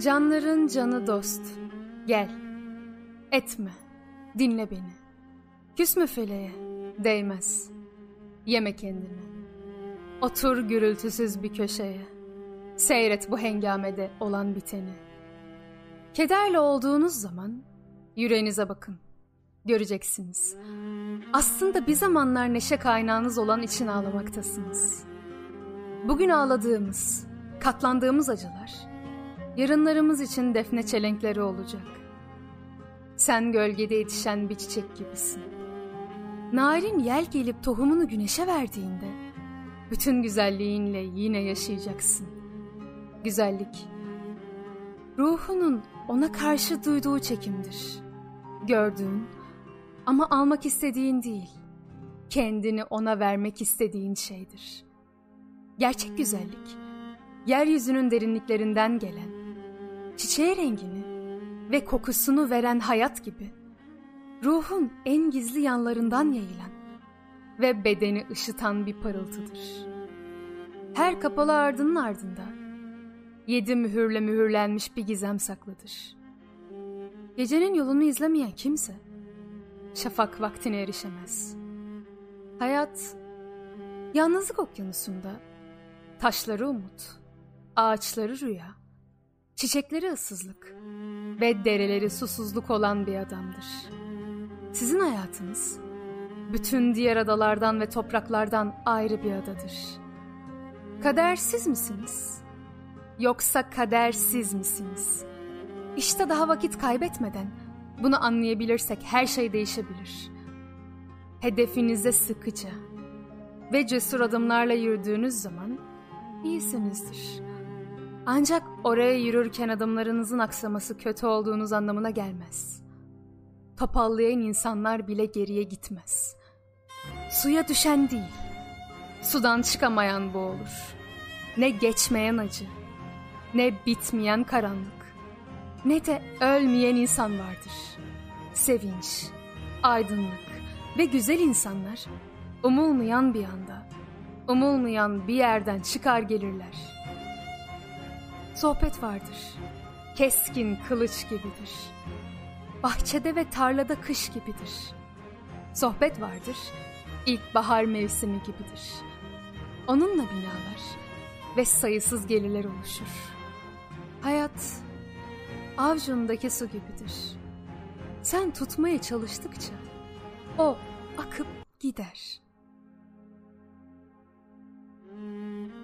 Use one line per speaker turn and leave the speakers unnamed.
Canların canı dost, gel, etme, dinle beni. Küsme feleğe, değmez, yeme kendini. Otur gürültüsüz bir köşeye, seyret bu hengamede olan biteni. Kederle olduğunuz zaman yüreğinize bakın, göreceksiniz. Aslında bir zamanlar neşe kaynağınız olan için ağlamaktasınız. Bugün ağladığımız, katlandığımız acılar, yarınlarımız için defne çelenkleri olacak. Sen gölgede yetişen bir çiçek gibisin. Narin yel gelip tohumunu güneşe verdiğinde, bütün güzelliğinle yine yaşayacaksın. Güzellik, ruhunun ona karşı duyduğu çekimdir. Gördüğün ama almak istediğin değil, kendini ona vermek istediğin şeydir. Gerçek güzellik, yeryüzünün derinliklerinden gelen, çiçeğe rengini ve kokusunu veren hayat gibi, ruhun en gizli yanlarından yayılan ve bedeni ışıtan bir parıltıdır. Her kapalı ardının ardında 7 mühürle mühürlenmiş bir gizem saklıdır. Gecenin yolunu izlemeyen kimse şafak vaktine erişemez. Hayat, yalnızlık okyanusunda taşları umut, ağaçları rüya, çiçekleri ıssızlık ve dereleri susuzluk olan bir adamdır. Sizin hayatınız, bütün diğer adalardan ve topraklardan ayrı bir adadır. Kadersiz misiniz? Yoksa kadersiz misiniz? İşte daha vakit kaybetmeden bunu anlayabilirsek her şey değişebilir. Hedefinize sıkıca ve cesur adımlarla yürüdüğünüz zaman iyisinizdir. Ancak oraya yürürken adımlarınızın aksaması kötü olduğunuz anlamına gelmez. Topallayan insanlar bile geriye gitmez. Suya düşen değil, sudan çıkamayan boğulur. Ne geçmeyen acı, ne bitmeyen karanlık, ne de ölmeyen insan vardır. Sevinç, aydınlık ve güzel insanlar umulmayan bir anda, umulmayan bir yerden çıkar gelirler. Sohbet vardır, keskin kılıç gibidir. Bahçede ve tarlada kış gibidir. Sohbet vardır, ilkbahar mevsimi gibidir. Onunla binalar ve sayısız gelirler oluşur. Hayat, avucundaki su gibidir. Sen tutmaya çalıştıkça o akıp gider.